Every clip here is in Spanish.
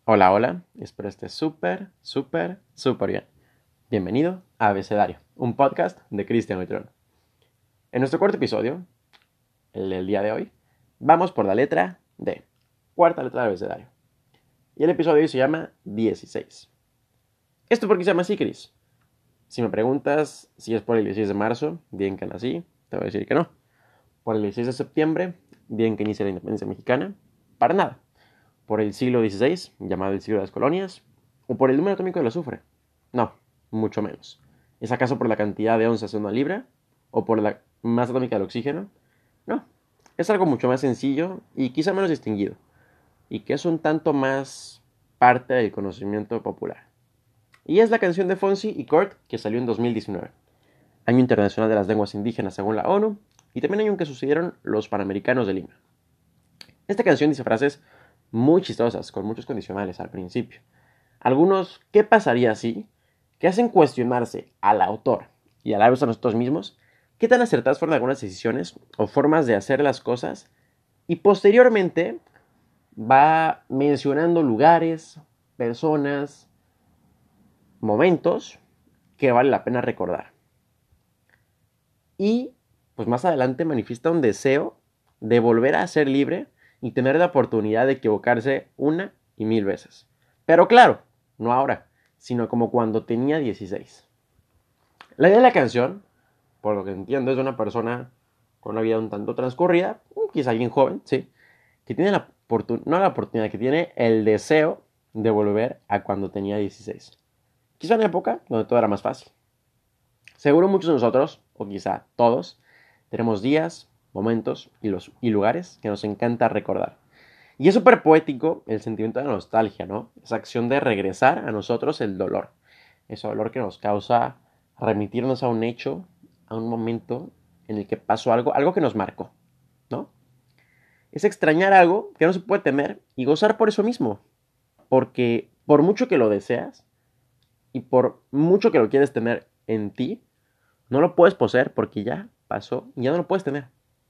Hola, hola, espero estés súper bien. Bienvenido a Abecedario, un podcast de Cristian Buitrón. En nuestro cuarto episodio, el del día de hoy, vamos por la letra D, cuarta letra del abecedario. Y el episodio de hoy se llama 16. ¿Esto por qué se llama así, Cris? Si me preguntas si es por el 16 de marzo, día en que nací, te voy a decir que no. Por el 16 de septiembre, día en que inicia la independencia mexicana, para nada. Por el siglo XVI, llamado el siglo de las colonias, o por el número atómico del azufre. No, mucho menos. ¿Es acaso por la cantidad de onzas en una libra? ¿O por la masa atómica del oxígeno? No, es algo mucho más sencillo y quizá menos distinguido, y que es un tanto más parte del conocimiento popular. Y es la canción de Fonsi y Kurt que salió en 2019, Año Internacional de las Lenguas Indígenas según la ONU, y también año en que sucedieron los Panamericanos de Lima. Esta canción dice frases muy chistosas, con muchos condicionales al principio. Algunos, ¿qué pasaría si? Que hacen cuestionarse al autor y a la vez a nosotros mismos qué tan acertadas fueron algunas decisiones o formas de hacer las cosas, y posteriormente va mencionando lugares, personas, momentos que vale la pena recordar. Y pues más adelante manifiesta un deseo de volver a ser libre y tener la oportunidad de equivocarse una y mil veces. Pero claro, no ahora, sino como cuando tenía 16. La idea de la canción, por lo que entiendo, es de una persona con una vida un tanto transcurrida, quizá alguien joven, sí, que tiene no la oportunidad, que tiene el deseo de volver a cuando tenía 16. Quizá una época donde todo era más fácil. Seguro muchos de nosotros, o quizá todos, tenemos días, momentos y lugares que nos encanta recordar. Y es súper poético el sentimiento de nostalgia, ¿no? Esa acción de regresar a nosotros el dolor. Ese dolor que nos causa remitirnos a un hecho, a un momento en el que pasó algo que nos marcó, ¿no? Es extrañar algo que no se puede temer y gozar por eso mismo. Porque por mucho que lo deseas y por mucho que lo quieres tener en ti, no lo puedes poseer porque ya pasó y ya no lo puedes tener.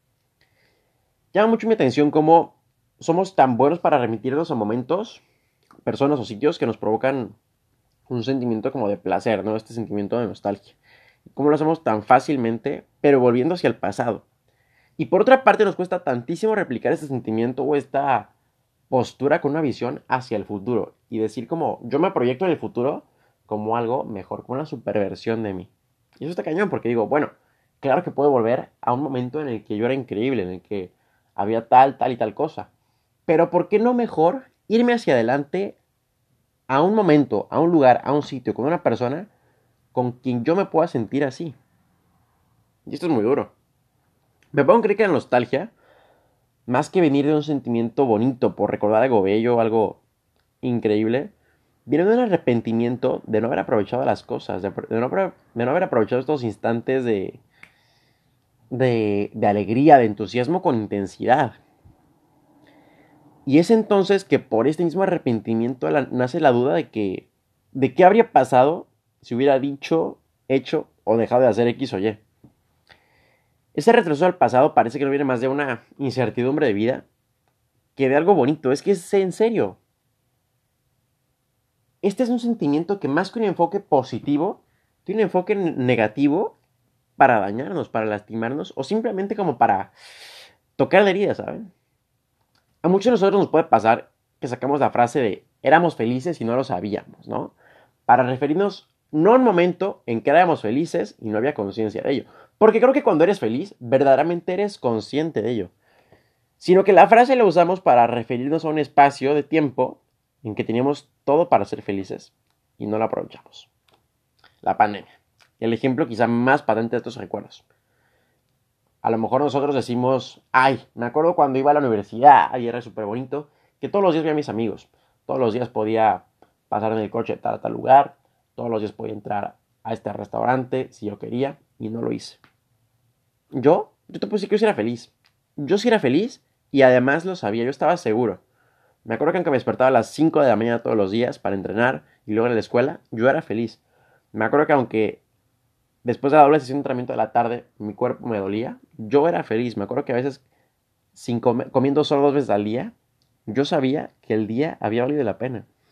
Llama mucho mi atención cómo somos tan buenos para remitirnos a momentos, personas o sitios que nos provocan un sentimiento como de placer, ¿no? Este sentimiento de nostalgia. Cómo lo hacemos tan fácilmente, pero volviendo hacia el pasado. Y por otra parte nos cuesta tantísimo replicar este sentimiento o esta postura con una visión hacia el futuro. Y decir como, yo me proyecto en el futuro como algo mejor, como una superversión de mí. Y eso está cañón porque digo, bueno, claro que puedo volver a un momento en el que yo era increíble, en el que había tal y tal cosa. Pero ¿por qué no mejor irme hacia adelante a un momento, a un lugar, a un sitio, con una persona con quien yo me pueda sentir así? Y esto es muy duro. Me pongo a creer que la nostalgia, más que venir de un sentimiento bonito por recordar algo bello, algo increíble, viene de un arrepentimiento de no haber aprovechado las cosas, de no haber aprovechado estos instantes de alegría, de entusiasmo con intensidad. Y es entonces que por este mismo arrepentimiento nace la duda de qué habría pasado si hubiera dicho, hecho o dejado de hacer X o Y. Ese retroceso al pasado parece que no viene más de una incertidumbre de vida que de algo bonito. Es que es en serio. Este es un sentimiento que más que un enfoque positivo, tiene un enfoque negativo para dañarnos, para lastimarnos o simplemente como para tocar la herida, ¿saben? A muchos de nosotros nos puede pasar que sacamos la frase de éramos felices y no lo sabíamos, ¿no? Para referirnos no a un momento en que éramos felices y no había conciencia de ello. Porque creo que cuando eres feliz, verdaderamente eres consciente de ello. Sino que la frase la usamos para referirnos a un espacio de tiempo en que teníamos todo para ser felices y no lo aprovechamos. La pandemia. El ejemplo quizá más patente de estos recuerdos. A lo mejor nosotros decimos, ay, me acuerdo cuando iba a la universidad y era súper bonito, que todos los días veía a mis amigos, todos los días podía pasar en el coche de tal a tal lugar, todos los días podía entrar a este restaurante si yo quería y no lo hice. Yo te puedo decir que yo sí era feliz. Yo sí era feliz y además lo sabía, yo estaba seguro. Me acuerdo que aunque me despertaba a las 5 de la mañana todos los días para entrenar y luego a la escuela, yo era feliz. Me acuerdo que aunque después de la doble sesión de entrenamiento de la tarde mi cuerpo me dolía, yo era feliz. Me acuerdo que a veces comiendo solo 2 veces al día, yo sabía que el día había valido la pena.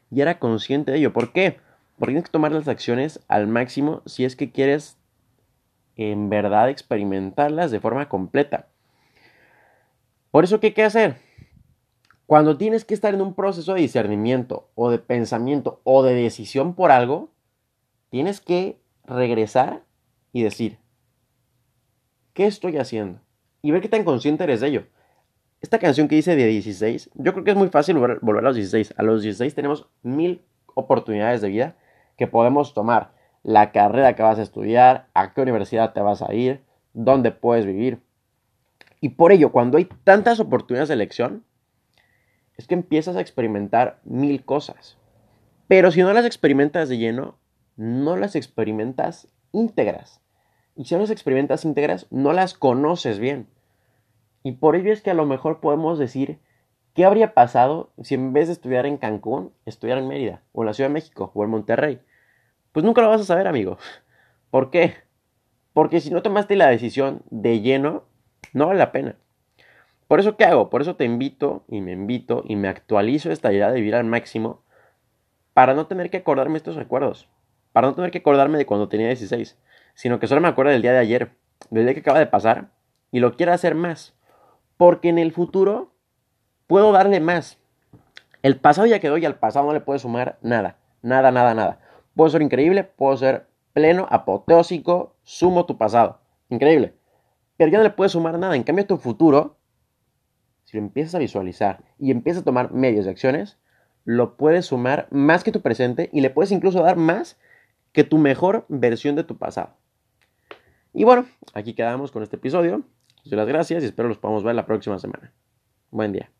y era consciente de ello. ¿Por qué? Porque tienes que tomar las acciones al máximo si es que quieres en verdad experimentarlas de forma completa. Por eso, ¿qué hay que hacer? Cuando tienes que estar en un proceso de discernimiento o de pensamiento o de decisión por algo, tienes que regresar y decir, ¿qué estoy haciendo? Y ver qué tan consciente eres de ello. Esta canción que dice de 16, yo creo que es muy fácil volver a los 16. A los 16 tenemos 1000 oportunidades de vida que podemos tomar. La carrera que vas a estudiar, a qué universidad te vas a ir, dónde puedes vivir. Y por ello, cuando hay tantas oportunidades de elección, es que empiezas a experimentar 1000 cosas. Pero si no las experimentas de lleno, no las experimentas íntegras. Y si no las experimentas íntegras, no las conoces bien. Y por ello es que a lo mejor podemos decir, ¿qué habría pasado si en vez de estudiar en Cancún, estudiara en Mérida, o en la Ciudad de México, o en Monterrey? Pues nunca lo vas a saber, amigo. ¿Por qué? Porque si no tomaste la decisión de lleno, no vale la pena. Por eso, ¿qué hago? Por eso te invito y me actualizo esta idea de vivir al máximo para no tener que acordarme estos recuerdos. Para no tener que acordarme de cuando tenía 16, sino que solo me acuerdo del día de ayer, del día que acaba de pasar, y lo quiero hacer más. Porque en el futuro puedo darle más. El pasado ya quedó y al pasado no le puedes sumar nada. Nada, nada, nada. Puedo ser increíble, puedo ser pleno, apoteósico, sumo tu pasado. Increíble. Pero ya no le puedes sumar nada. En cambio, tu futuro, si lo empiezas a visualizar y empiezas a tomar medios de acciones, lo puedes sumar más que tu presente y le puedes incluso dar más que tu mejor versión de tu pasado. Y bueno, aquí quedamos con este episodio. Les doy las gracias y espero los podamos ver la próxima semana. Buen día.